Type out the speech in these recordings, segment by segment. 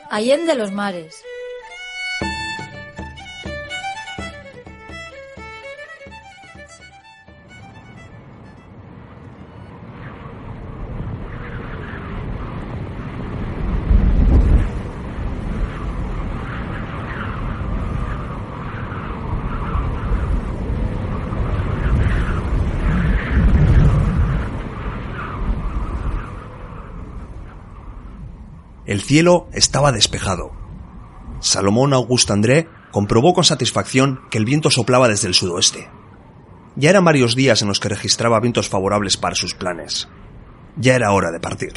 allende los mares. El cielo estaba despejado. Salomón Auguste André comprobó con satisfacción que el viento soplaba desde el sudoeste. Ya eran varios días en los que registraba vientos favorables para sus planes. Ya era hora de partir.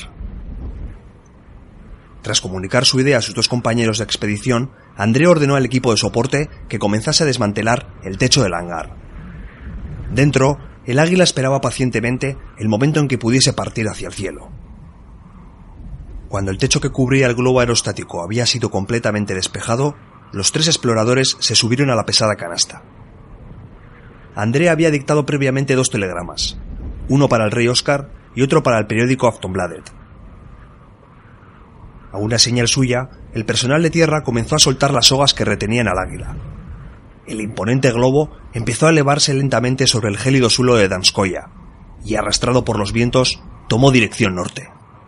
Tras comunicar su idea a sus dos compañeros de expedición, André ordenó al equipo de soporte que comenzase a desmantelar el techo del hangar. Dentro, el águila esperaba pacientemente el momento en que pudiese partir hacia el cielo. Cuando el techo que cubría el globo aerostático había sido completamente despejado, los tres exploradores se subieron a la pesada canasta. André había dictado previamente 2 telegramas, uno para el rey Oscar y otro para el periódico Aftonbladet. A una señal suya, el personal de tierra comenzó a soltar las sogas que retenían al águila. El imponente globo empezó a elevarse lentamente sobre el gélido suelo de Danskoya y, arrastrado por los vientos, tomó dirección norte.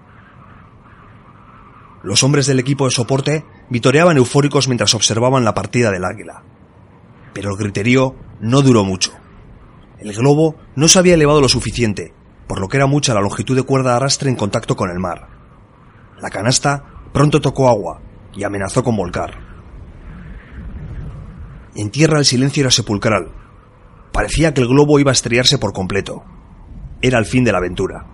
Los hombres del equipo de soporte vitoreaban eufóricos mientras observaban la partida del águila. Pero el griterío no duró mucho. El globo no se había elevado lo suficiente, por lo que era mucha la longitud de cuerda de arrastre en contacto con el mar. La canasta pronto tocó agua y amenazó con volcar. En tierra el silencio era sepulcral. Parecía que el globo iba a estrellarse por completo. Era el fin de la aventura.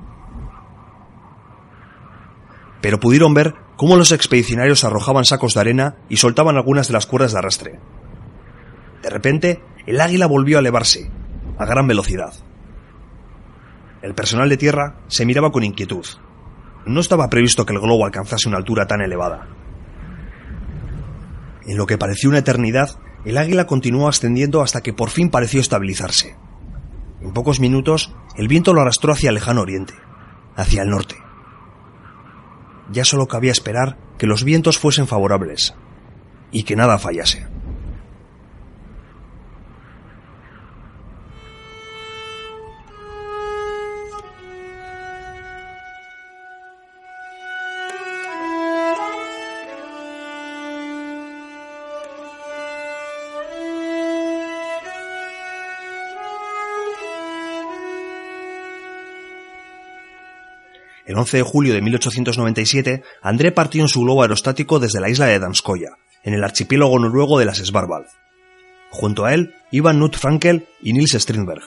Pero pudieron ver cómo los expedicionarios arrojaban sacos de arena y soltaban algunas de las cuerdas de arrastre. De repente, el águila volvió a elevarse, a gran velocidad. El personal de tierra se miraba con inquietud. No estaba previsto que el globo alcanzase una altura tan elevada. En lo que pareció una eternidad, el águila continuó ascendiendo hasta que por fin pareció estabilizarse. En pocos minutos, el viento lo arrastró hacia el lejano oriente, hacia el norte. Ya solo cabía esperar que los vientos fuesen favorables y que nada fallase. El 11 de julio de 1897, André partió en su globo aerostático desde la isla de Danskoya, en el archipiélago noruego de las Svalbard. Junto a él iban Knut Frankel y Niels Strindberg.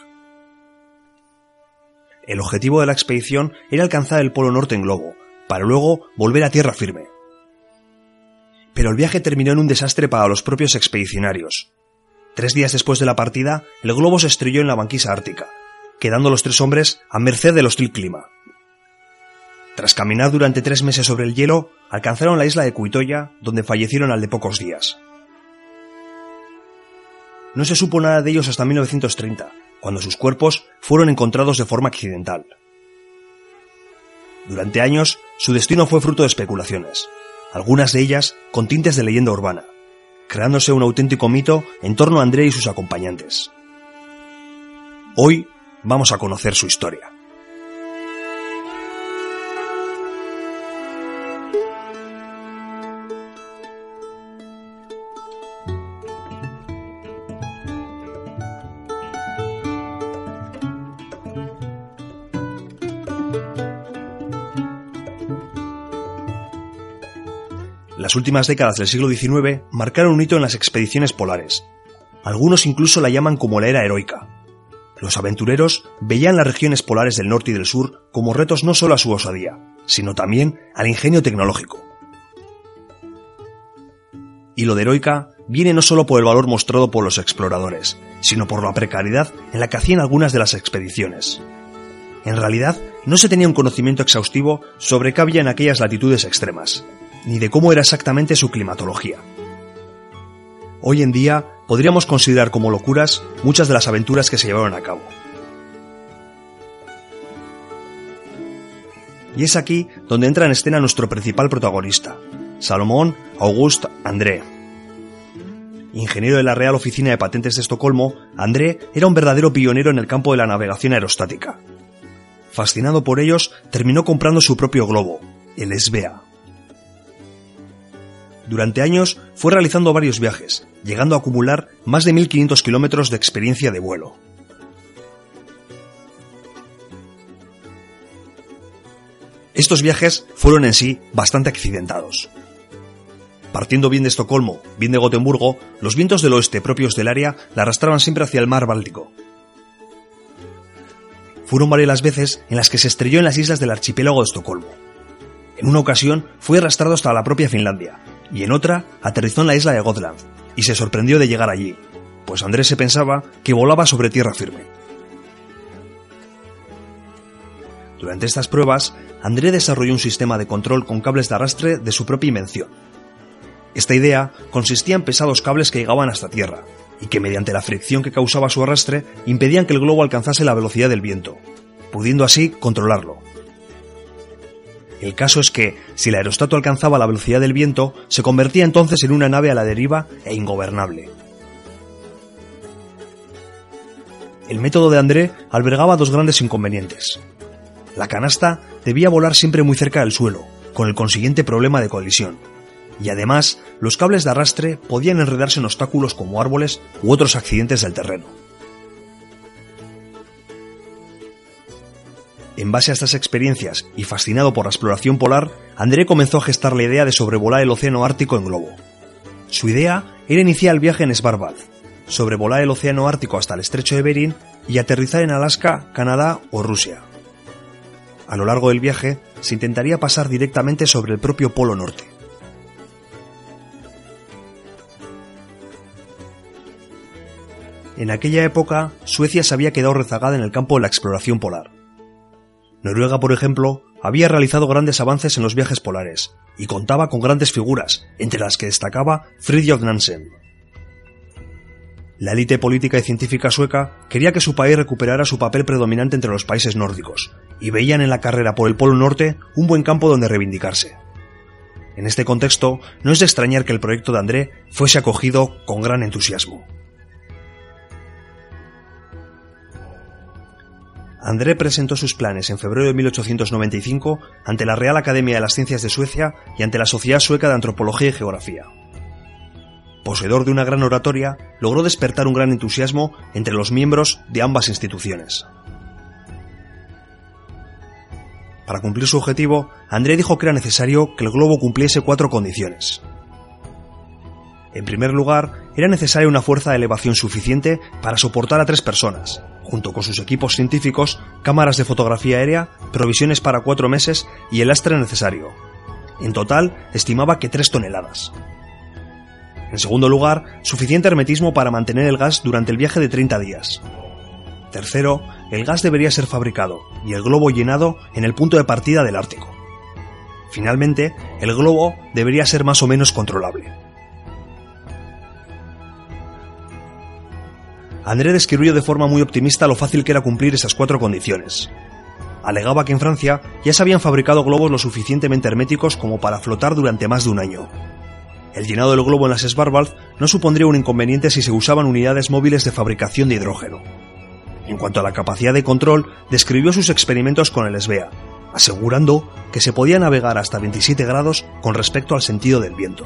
El objetivo de la expedición era alcanzar el Polo Norte en globo, para luego volver a tierra firme. Pero el viaje terminó en un desastre para los propios expedicionarios. 3 días después de la partida, el globo se estrelló en la banquisa ártica, quedando los 3 hombres a merced del hostil clima. Tras caminar durante 3 meses sobre el hielo, alcanzaron la isla de Kuitoya, donde fallecieron al de pocos días. No se supo nada de ellos hasta 1930, cuando sus cuerpos fueron encontrados de forma accidental. Durante años, su destino fue fruto de especulaciones, algunas de ellas con tintes de leyenda urbana, creándose un auténtico mito en torno a André y sus acompañantes. Hoy vamos a conocer su historia. Las últimas décadas del siglo XIX marcaron un hito en las expediciones polares. Algunos incluso la llaman como la era heroica. Los aventureros veían las regiones polares del norte y del sur como retos no solo a su osadía, sino también al ingenio tecnológico. Y lo de heroica viene no solo por el valor mostrado por los exploradores, sino por la precariedad en la que hacían algunas de las expediciones. En realidad, no se tenía un conocimiento exhaustivo sobre qué había en aquellas latitudes extremas, ni de cómo era exactamente su climatología. Hoy en día podríamos considerar como locuras muchas de las aventuras que se llevaron a cabo. Y es aquí donde entra en escena nuestro principal protagonista, Salomón August André. Ingeniero de la Real Oficina de Patentes de Estocolmo, André era un verdadero pionero en el campo de la navegación aerostática. Fascinado por ellos, terminó comprando su propio globo, el Svea. Durante años fue realizando varios viajes, llegando a acumular más de 1500 kilómetros de experiencia de vuelo. Estos viajes fueron en sí bastante accidentados. Partiendo bien de Estocolmo, bien de Gotemburgo, los vientos del oeste propios del área la arrastraban siempre hacia el mar Báltico. Fueron varias las veces en las que se estrelló en las islas del archipiélago de Estocolmo. En una ocasión fue arrastrado hasta la propia Finlandia, y en otra aterrizó en la isla de Gotland, y se sorprendió de llegar allí, pues Andrés se pensaba que volaba sobre tierra firme. Durante estas pruebas, André desarrolló un sistema de control con cables de arrastre de su propia invención. Esta idea consistía en pesados cables que llegaban hasta tierra, y que mediante la fricción que causaba su arrastre impedían que el globo alcanzase la velocidad del viento, pudiendo así controlarlo. El caso es que, si el aerostato alcanzaba la velocidad del viento, se convertía entonces en una nave a la deriva e ingobernable. El método de André albergaba dos grandes inconvenientes. La canasta debía volar siempre muy cerca del suelo, con el consiguiente problema de colisión. Y además, los cables de arrastre podían enredarse en obstáculos como árboles u otros accidentes del terreno. En base a estas experiencias y fascinado por la exploración polar, André comenzó a gestar la idea de sobrevolar el océano Ártico en globo. Su idea era iniciar el viaje en Svalbard, sobrevolar el océano Ártico hasta el estrecho de Bering y aterrizar en Alaska, Canadá o Rusia. A lo largo del viaje, se intentaría pasar directamente sobre el propio Polo Norte. En aquella época, Suecia se había quedado rezagada en el campo de la exploración polar. Noruega, por ejemplo, había realizado grandes avances en los viajes polares, y contaba con grandes figuras, entre las que destacaba Fridtjof Nansen. La élite política y científica sueca quería que su país recuperara su papel predominante entre los países nórdicos, y veían en la carrera por el Polo Norte un buen campo donde reivindicarse. En este contexto, no es de extrañar que el proyecto de André fuese acogido con gran entusiasmo. André presentó sus planes en febrero de 1895 ante la Real Academia de las Ciencias de Suecia y ante la Sociedad Sueca de Antropología y Geografía. Poseedor de una gran oratoria, logró despertar un gran entusiasmo entre los miembros de ambas instituciones. Para cumplir su objetivo, André dijo que era necesario que el globo cumpliese 4 condiciones. En primer lugar, era necesaria una fuerza de elevación suficiente para soportar a 3 personas, junto con sus equipos científicos, cámaras de fotografía aérea, provisiones para 4 meses y el lastre necesario. En total, estimaba que 3 toneladas. En segundo lugar, suficiente hermetismo para mantener el gas durante el viaje de 30 días. Tercero, el gas debería ser fabricado y el globo llenado en el punto de partida del Ártico. Finalmente, el globo debería ser más o menos controlable. André describió de forma muy optimista lo fácil que era cumplir esas 4 condiciones. Alegaba que en Francia ya se habían fabricado globos lo suficientemente herméticos como para flotar durante más de un año. El llenado del globo en las Svalbard no supondría un inconveniente si se usaban unidades móviles de fabricación de hidrógeno. En cuanto a la capacidad de control, describió sus experimentos con el Svea, asegurando que se podía navegar hasta 27 grados con respecto al sentido del viento.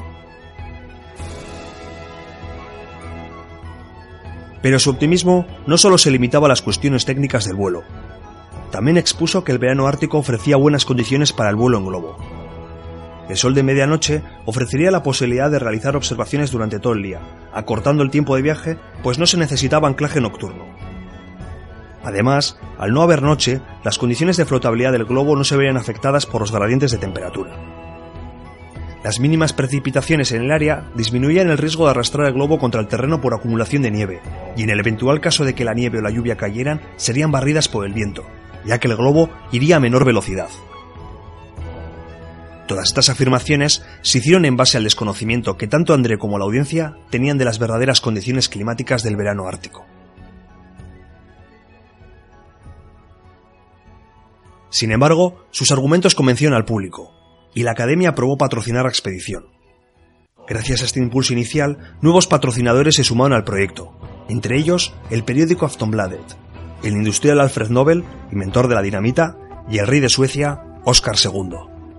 Pero su optimismo no solo se limitaba a las cuestiones técnicas del vuelo. También expuso que el verano ártico ofrecía buenas condiciones para el vuelo en globo. El sol de medianoche ofrecería la posibilidad de realizar observaciones durante todo el día, acortando el tiempo de viaje, pues no se necesitaba anclaje nocturno. Además, al no haber noche, las condiciones de flotabilidad del globo no se verían afectadas por los gradientes de temperatura. Las mínimas precipitaciones en el área disminuían el riesgo de arrastrar el globo contra el terreno por acumulación de nieve, y en el eventual caso de que la nieve o la lluvia cayeran, serían barridas por el viento, ya que el globo iría a menor velocidad. Todas estas afirmaciones se hicieron en base al desconocimiento que tanto André como la audiencia tenían de las verdaderas condiciones climáticas del verano ártico. Sin embargo, sus argumentos convencieron al público, y la Academia aprobó patrocinar la expedición. Gracias a este impulso inicial, nuevos patrocinadores se sumaron al proyecto, entre ellos el periódico Aftonbladet, el industrial Alfred Nobel, inventor de la dinamita, y el rey de Suecia, Oscar II.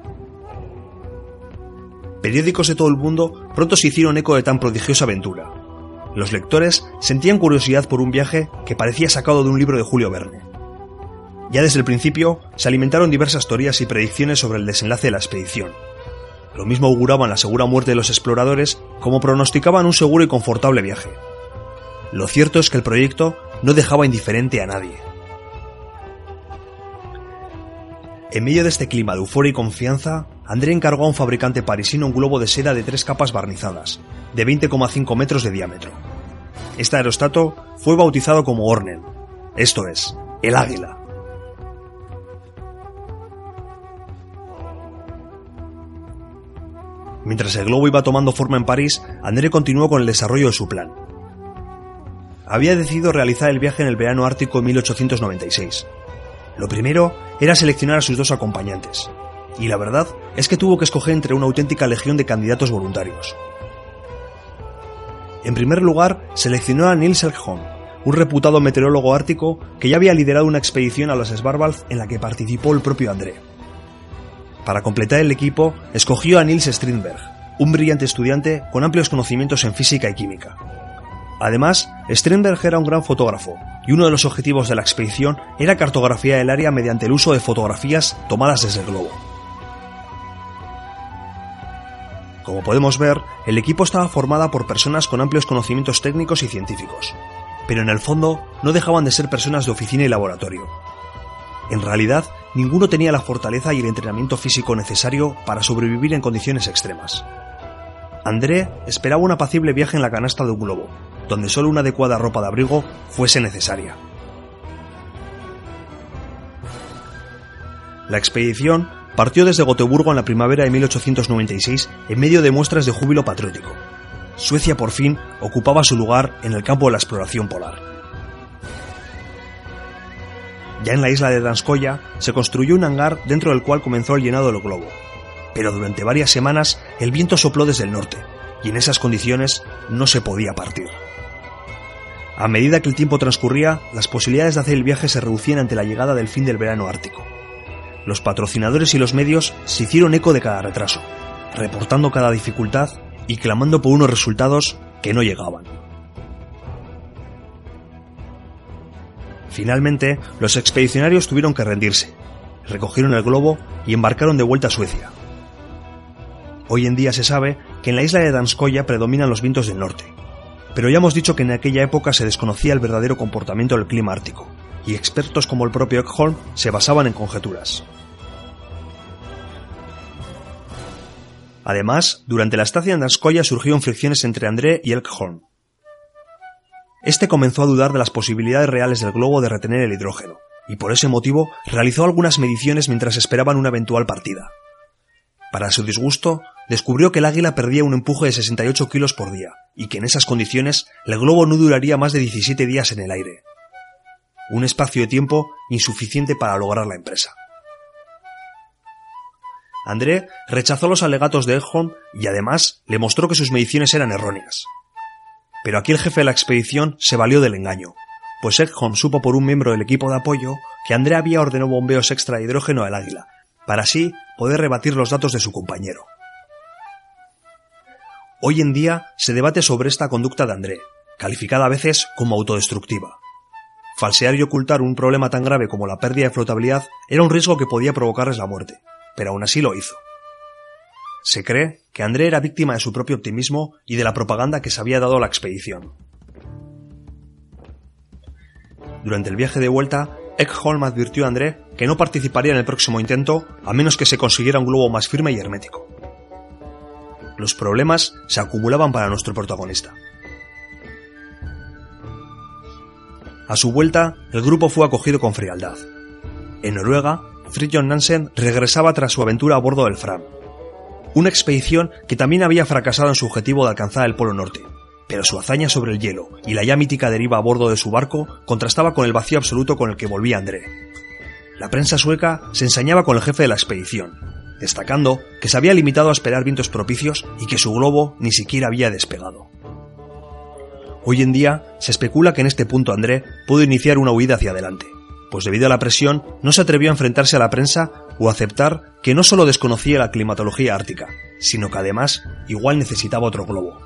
Periódicos de todo el mundo pronto se hicieron eco de tan prodigiosa aventura. Los lectores sentían curiosidad por un viaje que parecía sacado de un libro de Julio Verne. Ya desde el principio se alimentaron diversas teorías y predicciones sobre el desenlace de la expedición. Lo mismo auguraban la segura muerte de los exploradores como pronosticaban un seguro y confortable viaje. Lo cierto es que el proyecto no dejaba indiferente a nadie. En medio de este clima de euforia y confianza, André encargó a un fabricante parisino un globo de seda de 3 capas barnizadas, de 20,5 metros de diámetro. Este aerostato fue bautizado como Ornen, esto es, el águila. Mientras el globo iba tomando forma en París, André continuó con el desarrollo de su plan. Había decidido realizar el viaje en el verano ártico de 1896. Lo primero era seleccionar a sus 2 acompañantes, y la verdad es que tuvo que escoger entre una auténtica legión de candidatos voluntarios. En primer lugar, seleccionó a Niels Ekholm, un reputado meteorólogo ártico que ya había liderado una expedición a los Svalbard en la que participó el propio André. Para completar el equipo, escogió a Niels Strindberg, un brillante estudiante con amplios conocimientos en física y química. Además, Strindberg era un gran fotógrafo, y uno de los objetivos de la expedición era cartografiar el área mediante el uso de fotografías tomadas desde el globo. Como podemos ver, el equipo estaba formado por personas con amplios conocimientos técnicos y científicos, pero en el fondo no dejaban de ser personas de oficina y laboratorio. En realidad, ninguno tenía la fortaleza y el entrenamiento físico necesario para sobrevivir en condiciones extremas. André esperaba un apacible viaje en la canasta de un globo, donde solo una adecuada ropa de abrigo fuese necesaria. La expedición partió desde Gotemburgo en la primavera de 1896 en medio de muestras de júbilo patriótico. Suecia por fin ocupaba su lugar en el campo de la exploración polar. Ya en la isla de Danskoya se construyó un hangar dentro del cual comenzó el llenado del globo, pero durante varias semanas el viento sopló desde el norte, y en esas condiciones no se podía partir. A medida que el tiempo transcurría, las posibilidades de hacer el viaje se reducían ante la llegada del fin del verano ártico. Los patrocinadores y los medios se hicieron eco de cada retraso, reportando cada dificultad y clamando por unos resultados que no llegaban. Finalmente, los expedicionarios tuvieron que rendirse, recogieron el globo y embarcaron de vuelta a Suecia. Hoy en día se sabe que en la isla de Danskoya predominan los vientos del norte, pero ya hemos dicho que en aquella época se desconocía el verdadero comportamiento del clima ártico, y expertos como el propio Ekholm se basaban en conjeturas. Además, durante la estancia en Danskoya surgieron fricciones entre André y Ekholm. Este comenzó a dudar de las posibilidades reales del globo de retener el hidrógeno, y por ese motivo realizó algunas mediciones mientras esperaban una eventual partida. Para su disgusto, descubrió que el águila perdía un empuje de 68 kilos por día, y que en esas condiciones el globo no duraría más de 17 días en el aire. Un espacio de tiempo insuficiente para lograr la empresa. André rechazó los alegatos de Ekholm y además le mostró que sus mediciones eran erróneas. Pero aquí el jefe de la expedición se valió del engaño, pues Ekholm supo por un miembro del equipo de apoyo que André había ordenado bombeos extra de hidrógeno al águila, para así poder rebatir los datos de su compañero. Hoy en día se debate sobre esta conducta de André, calificada a veces como autodestructiva. Falsear y ocultar un problema tan grave como la pérdida de flotabilidad era un riesgo que podía provocarles la muerte, pero aún así lo hizo. Se cree que André era víctima de su propio optimismo y de la propaganda que se había dado a la expedición. Durante el viaje de vuelta, Ekholm advirtió a André que no participaría en el próximo intento a menos que se consiguiera un globo más firme y hermético. Los problemas se acumulaban para nuestro protagonista. A su vuelta, el grupo fue acogido con frialdad. En Noruega, Fridtjof Nansen regresaba tras su aventura a bordo del Fram. Una expedición que también había fracasado en su objetivo de alcanzar el Polo Norte, pero su hazaña sobre el hielo y la ya mítica deriva a bordo de su barco contrastaba con el vacío absoluto con el que volvía André. La prensa sueca se ensañaba con el jefe de la expedición, destacando que se había limitado a esperar vientos propicios y que su globo ni siquiera había despegado. Hoy en día se especula que en este punto André pudo iniciar una huida hacia adelante, pues debido a la presión no se atrevió a enfrentarse a la prensa o a aceptar que no solo desconocía la climatología ártica, sino que además igual necesitaba otro globo.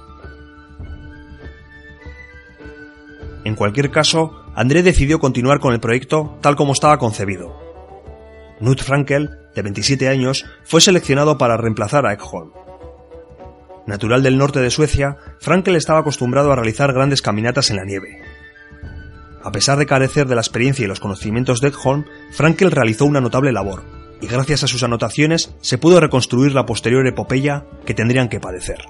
En cualquier caso, André decidió continuar con el proyecto tal como estaba concebido. Knut Frankel, de 27 años, fue seleccionado para reemplazar a Ekholm. Natural del norte de Suecia, Frankel estaba acostumbrado a realizar grandes caminatas en la nieve. A pesar de carecer de la experiencia y los conocimientos de Ekholm, Frankel realizó una notable labor, y gracias a sus anotaciones se pudo reconstruir la posterior epopeya que tendrían que padecer.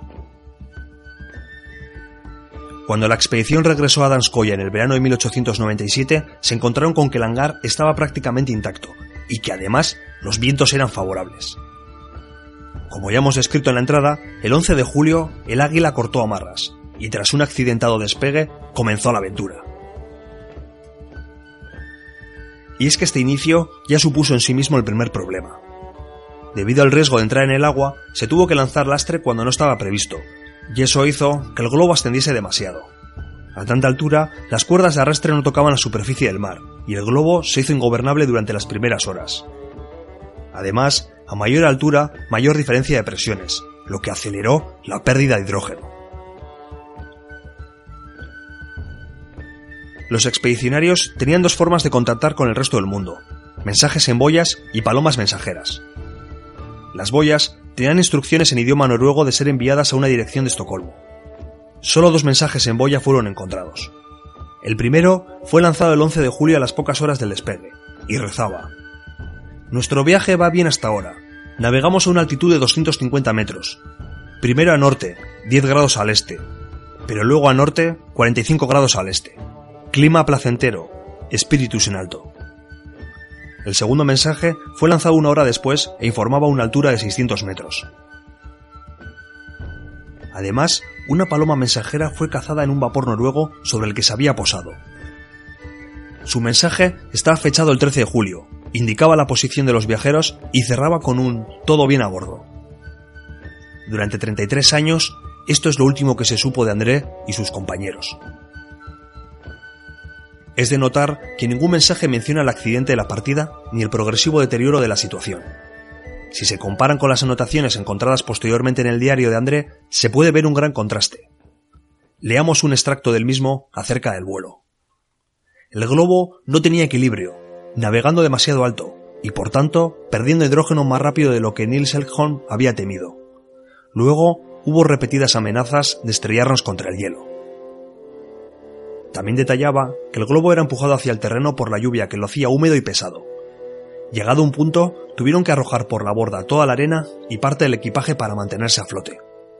Cuando la expedición regresó a Danskoya en el verano de 1897, se encontraron con que el hangar estaba prácticamente intacto, y que además los vientos eran favorables. Como ya hemos descrito en la entrada, el 11 de julio el Águila cortó amarras, y tras un accidentado despegue comenzó la aventura. Y es que este inicio ya supuso en sí mismo el primer problema. Debido al riesgo de entrar en el agua, se tuvo que lanzar lastre cuando no estaba previsto, y eso hizo que el globo ascendiese demasiado. A tanta altura, las cuerdas de arrastre no tocaban la superficie del mar, y el globo se hizo ingobernable durante las primeras horas. Además, a mayor altura, mayor diferencia de presiones, lo que aceleró la pérdida de hidrógeno. Los expedicionarios tenían dos formas de contactar con el resto del mundo: mensajes en boyas y palomas mensajeras. Las boyas tenían instrucciones en idioma noruego de ser enviadas a una dirección de Estocolmo. Solo 2 mensajes en boya fueron encontrados. El primero fue lanzado el 11 de julio a las pocas horas del despegue, y rezaba: «Nuestro viaje va bien hasta ahora. Navegamos a una altitud de 250 metros. Primero a norte, 10 grados al este, pero luego a norte, 45 grados al este. Clima placentero, espíritus en alto». El segundo mensaje fue lanzado 1 hora después e informaba una altura de 600 metros. Además, una paloma mensajera fue cazada en un vapor noruego sobre el que se había posado. Su mensaje estaba fechado el 13 de julio, indicaba la posición de los viajeros y cerraba con un «todo bien a bordo». Durante 33 años, esto es lo último que se supo de André y sus compañeros. Es de notar que ningún mensaje menciona el accidente de la partida ni el progresivo deterioro de la situación. Si se comparan con las anotaciones encontradas posteriormente en el diario de André, se puede ver un gran contraste. Leamos un extracto del mismo acerca del vuelo. El globo no tenía equilibrio, navegando demasiado alto, y por tanto perdiendo hidrógeno más rápido de lo que Niels Ekholm había temido. Luego hubo repetidas amenazas de estrellarnos contra el hielo. También detallaba que el globo era empujado hacia el terreno por la lluvia que lo hacía húmedo y pesado. Llegado un punto, tuvieron que arrojar por la borda toda la arena y parte del equipaje para mantenerse a flote.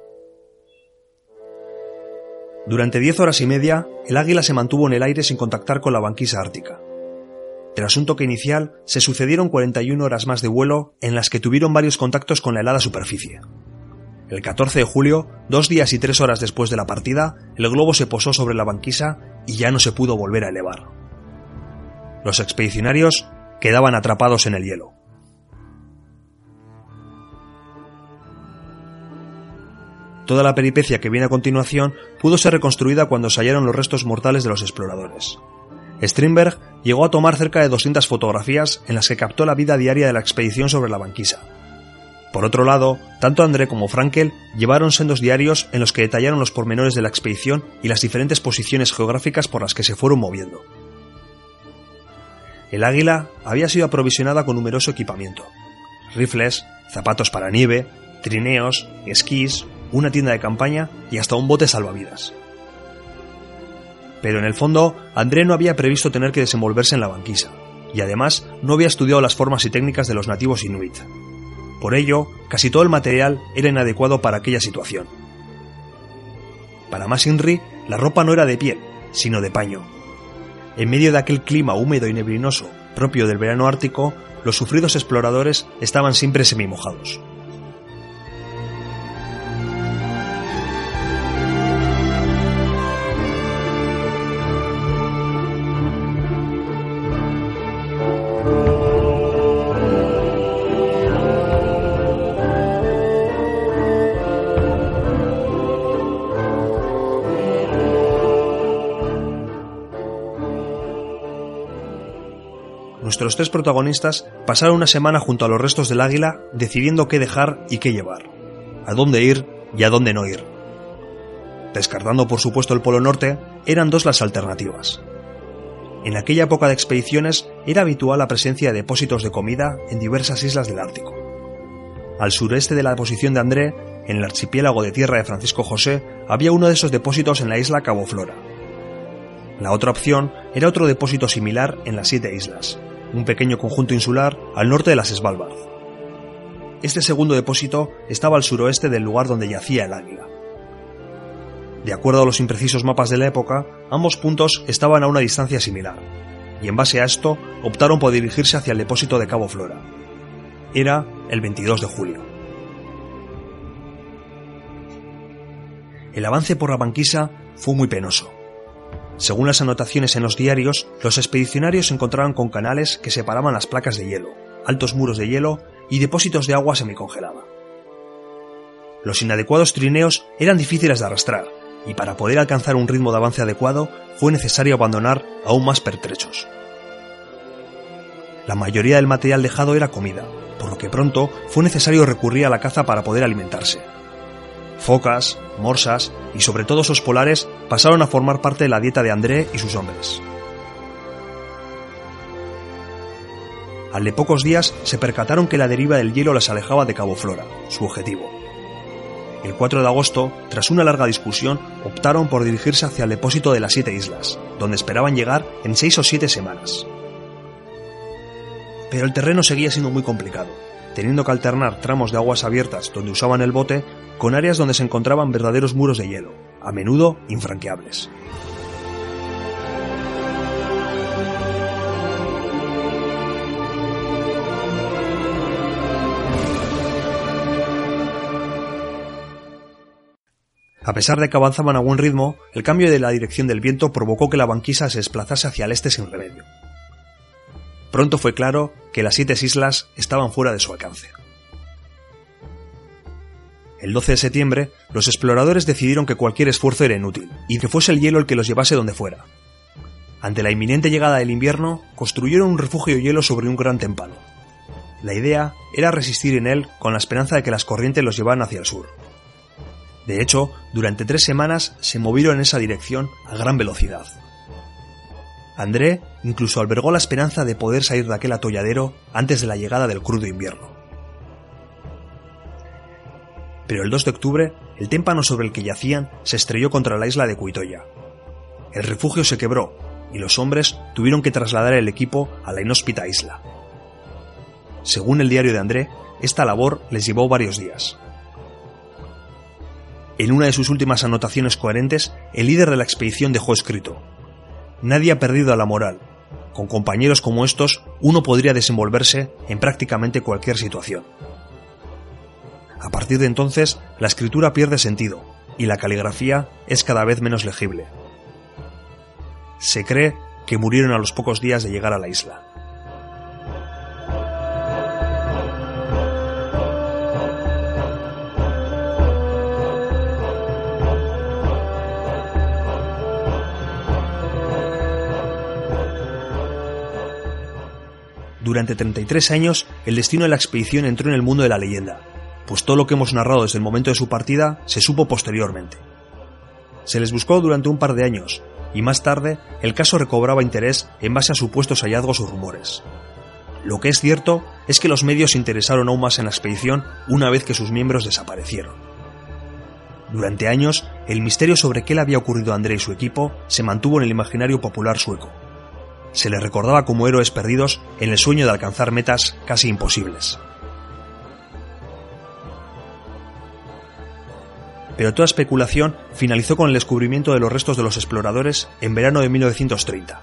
Durante 10 horas y media, el Águila se mantuvo en el aire sin contactar con la banquisa ártica. Tras un toque inicial, se sucedieron 41 horas más de vuelo en las que tuvieron varios contactos con la helada superficie. El 14 de julio, 2 días y 3 horas después de la partida, el globo se posó sobre la banquisa y ya no se pudo volver a elevar. Los expedicionarios quedaban atrapados en el hielo. Toda la peripecia que viene a continuación pudo ser reconstruida cuando se hallaron los restos mortales de los exploradores. Strindberg llegó a tomar cerca de 200 fotografías en las que captó la vida diaria de la expedición sobre la banquisa. Por otro lado, tanto André como Frankel llevaron sendos diarios en los que detallaron los pormenores de la expedición y las diferentes posiciones geográficas por las que se fueron moviendo. El Águila había sido aprovisionada con numeroso equipamiento: rifles, zapatos para nieve, trineos, esquís, una tienda de campaña y hasta un bote salvavidas. Pero en el fondo, André no había previsto tener que desenvolverse en la banquisa, y además no había estudiado las formas y técnicas de los nativos inuit. Por ello, casi todo el material era inadecuado para aquella situación. Para Mas Inri, la ropa no era de piel, sino de paño. En medio de aquel clima húmedo y neblinoso propio del verano ártico, los sufridos exploradores estaban siempre semimojados. nuestros tres protagonistas pasaron una semana junto a los restos del águila decidiendo qué dejar y qué llevar, a dónde ir y a dónde no ir. Descartando por supuesto el Polo Norte, eran dos las alternativas. En aquella época de expediciones era habitual la presencia de depósitos de comida en diversas islas del Ártico. Al sureste de la posición de André, en el archipiélago de tierra de Francisco José, había uno de esos depósitos en la isla Cabo Flora. La otra opción era otro depósito similar en las 7 islas, un pequeño conjunto insular al norte de las Svalbard. Este segundo depósito estaba al suroeste del lugar donde yacía el águila. De acuerdo a los imprecisos mapas de la época, ambos puntos estaban a una distancia similar, y en base a esto optaron por dirigirse hacia el depósito de Cabo Flora. Era el 22 de julio. El avance por la banquisa fue muy penoso. Según las anotaciones en los diarios, los expedicionarios se encontraban con canales que separaban las placas de hielo, altos muros de hielo y depósitos de agua semicongelada. Los inadecuados trineos eran difíciles de arrastrar, y para poder alcanzar un ritmo de avance adecuado fue necesario abandonar aún más pertrechos. La mayoría del material dejado era comida, por lo que pronto fue necesario recurrir a la caza para poder alimentarse. Focas, morsas y sobre todo osos polares pasaron a formar parte de la dieta de André y sus hombres. Al de pocos días se percataron que la deriva del hielo les alejaba de Cabo Flora, su objetivo. El 4 de agosto, tras una larga discusión, optaron por dirigirse hacia el depósito de las 7 islas, donde esperaban llegar en 6 o 7 semanas. Pero el terreno seguía siendo muy complicado, teniendo que alternar tramos de aguas abiertas donde usaban el bote con áreas donde se encontraban verdaderos muros de hielo, a menudo infranqueables. A pesar de que avanzaban a buen ritmo, el cambio de la dirección del viento provocó que la banquisa se desplazase hacia el este sin remedio. Pronto fue claro que las 7 islas estaban fuera de su alcance. El 12 de septiembre, los exploradores decidieron que cualquier esfuerzo era inútil, y que fuese el hielo el que los llevase donde fuera. Ante la inminente llegada del invierno, construyeron un refugio de hielo sobre un gran témpano. La idea era resistir en él con la esperanza de que las corrientes los llevaran hacia el sur. De hecho, durante 3 semanas se movieron en esa dirección a gran velocidad. André incluso albergó la esperanza de poder salir de aquel atolladero antes de la llegada del crudo invierno. Pero el 2 de octubre, el témpano sobre el que yacían se estrelló contra la isla de Cuitoya. El refugio se quebró y los hombres tuvieron que trasladar el equipo a la inhóspita isla. Según el diario de André, esta labor les llevó varios días. En una de sus últimas anotaciones coherentes, el líder de la expedición dejó escrito: «Nadie ha perdido la moral. Con compañeros como estos, uno podría desenvolverse en prácticamente cualquier situación». A partir de entonces, la escritura pierde sentido y la caligrafía es cada vez menos legible. Se cree que murieron a los pocos días de llegar a la isla. Durante 33 años, el destino de la expedición entró en el mundo de la leyenda, pues todo lo que hemos narrado desde el momento de su partida se supo posteriormente. Se les buscó durante un par de años, y más tarde el caso recobraba interés en base a supuestos hallazgos o rumores. Lo que es cierto es que los medios se interesaron aún más en la expedición una vez que sus miembros desaparecieron. Durante años, el misterio sobre qué le había ocurrido a André y su equipo se mantuvo en el imaginario popular sueco. Se les recordaba como héroes perdidos en el sueño de alcanzar metas casi imposibles. Pero toda especulación finalizó con el descubrimiento de los restos de los exploradores en verano de 1930.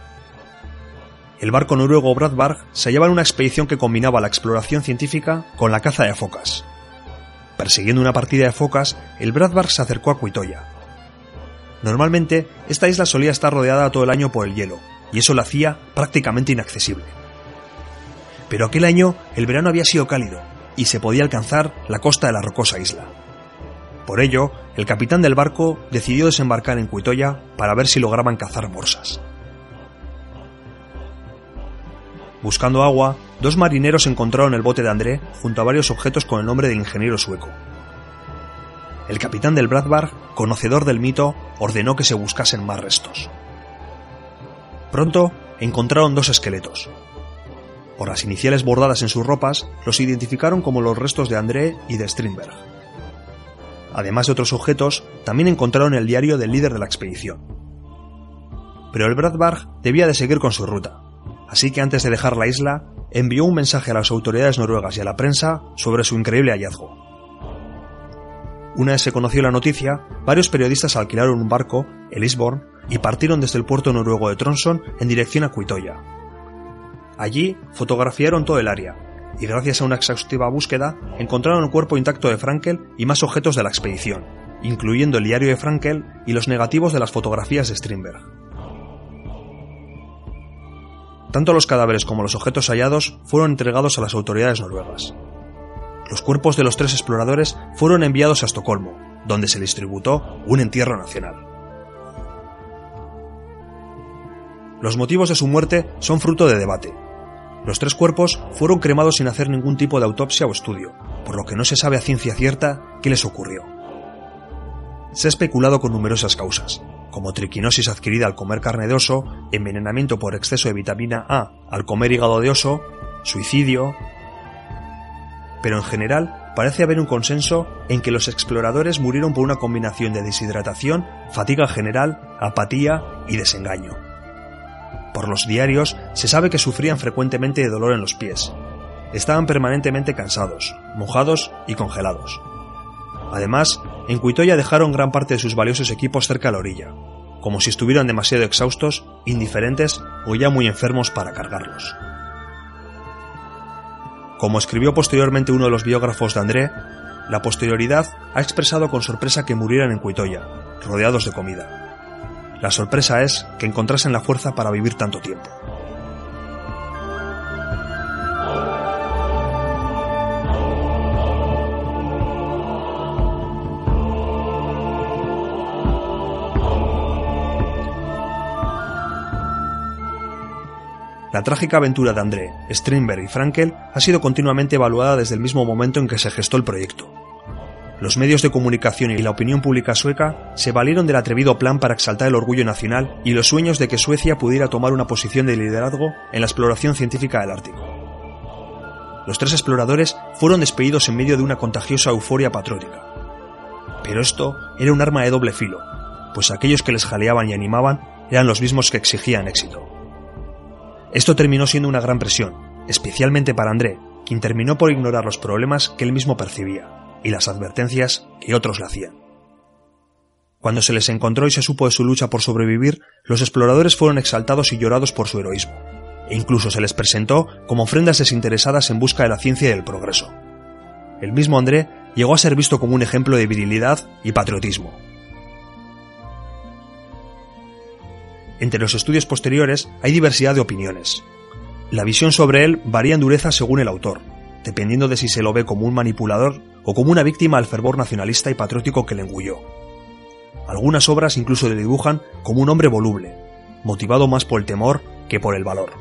El barco noruego Bradberg se hallaba en una expedición que combinaba la exploración científica con la caza de focas. Persiguiendo una partida de focas, el Bradberg se acercó a Cuitoya. Normalmente, esta isla solía estar rodeada todo el año por el hielo, y eso la hacía prácticamente inaccesible. Pero aquel año el verano había sido cálido, y se podía alcanzar la costa de la rocosa isla. Por ello, el capitán del barco decidió desembarcar en Cuitoya para ver si lograban cazar morsas. Buscando agua, 2 marineros encontraron el bote de André junto a varios objetos con el nombre del ingeniero sueco. El capitán del Brathwahl, conocedor del mito, ordenó que se buscasen más restos. Pronto encontraron 2 esqueletos. Por las iniciales bordadas en sus ropas, los identificaron como los restos de André y de Strindberg. Además de otros objetos, también encontraron el diario del líder de la expedición. Pero el Brathwahl debía de seguir con su ruta, así que antes de dejar la isla, envió un mensaje a las autoridades noruegas y a la prensa sobre su increíble hallazgo. Una vez se conoció la noticia, varios periodistas alquilaron un barco, el Isborne, y partieron desde el puerto noruego de Tromsø en dirección a Cuitoya. Allí fotografiaron todo el área, y gracias a una exhaustiva búsqueda, encontraron el cuerpo intacto de Frankel y más objetos de la expedición, incluyendo el diario de Frankel y los negativos de las fotografías de Strindberg. Tanto los cadáveres como los objetos hallados fueron entregados a las autoridades noruegas. Los cuerpos de los 3 exploradores fueron enviados a Estocolmo, donde se les tributó un entierro nacional. Los motivos de su muerte son fruto de debate. Los 3 cuerpos fueron cremados sin hacer ningún tipo de autopsia o estudio, por lo que no se sabe a ciencia cierta qué les ocurrió. Se ha especulado con numerosas causas, como triquinosis adquirida al comer carne de oso, envenenamiento por exceso de vitamina A al comer hígado de oso, suicidio... Pero en general parece haber un consenso en que los exploradores murieron por una combinación de deshidratación, fatiga general, apatía y desengaño. Por los diarios se sabe que sufrían frecuentemente de dolor en los pies. Estaban permanentemente cansados, mojados y congelados. Además, en Cuitoya dejaron gran parte de sus valiosos equipos cerca a la orilla, como si estuvieran demasiado exhaustos, indiferentes o ya muy enfermos para cargarlos. Como escribió posteriormente uno de los biógrafos de André, la posterioridad ha expresado con sorpresa que murieran en Cuitoya, rodeados de comida. La sorpresa es que encontrasen la fuerza para vivir tanto tiempo. La trágica aventura de André, Strindberg y Frankel ha sido continuamente evaluada desde el mismo momento en que se gestó el proyecto. Los medios de comunicación y la opinión pública sueca se valieron del atrevido plan para exaltar el orgullo nacional y los sueños de que Suecia pudiera tomar una posición de liderazgo en la exploración científica del Ártico. Los 3 exploradores fueron despedidos en medio de una contagiosa euforia patriótica. Pero esto era un arma de doble filo, pues aquellos que les jaleaban y animaban eran los mismos que exigían éxito. Esto terminó siendo una gran presión, especialmente para André, quien terminó por ignorar los problemas que él mismo percibía y las advertencias que otros le hacían. Cuando se les encontró y se supo de su lucha por sobrevivir, los exploradores fueron exaltados y llorados por su heroísmo, e incluso se les presentó como ofrendas desinteresadas en busca de la ciencia y del progreso. El mismo André llegó a ser visto como un ejemplo de virilidad y patriotismo. Entre los estudios posteriores hay diversidad de opiniones. La visión sobre él varía en dureza según el autor, dependiendo de si se lo ve como un manipulador o como una víctima al fervor nacionalista y patriótico que le engulló. Algunas obras incluso le dibujan como un hombre voluble, motivado más por el temor que por el valor.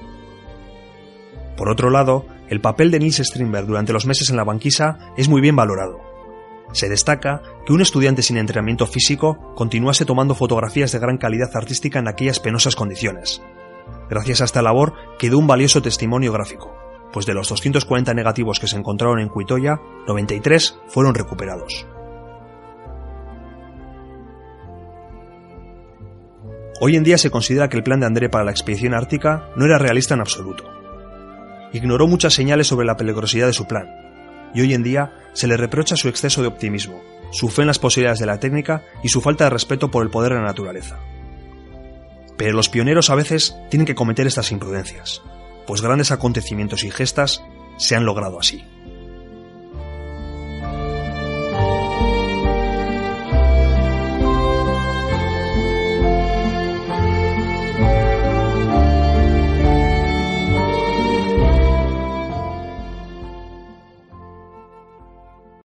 Por otro lado, el papel de Niels Strindberg durante los meses en la banquisa es muy bien valorado. Se destaca que un estudiante sin entrenamiento físico continuase tomando fotografías de gran calidad artística en aquellas penosas condiciones. Gracias a esta labor quedó un valioso testimonio gráfico, pues de los 240 negativos que se encontraron en Cuitoya, 93 fueron recuperados. Hoy en día se considera que el plan de André para la expedición ártica no era realista en absoluto. Ignoró muchas señales sobre la peligrosidad de su plan, y hoy en día se le reprocha su exceso de optimismo, su fe en las posibilidades de la técnica y su falta de respeto por el poder de la naturaleza. Pero los pioneros a veces tienen que cometer estas imprudencias, pues grandes acontecimientos y gestas se han logrado así.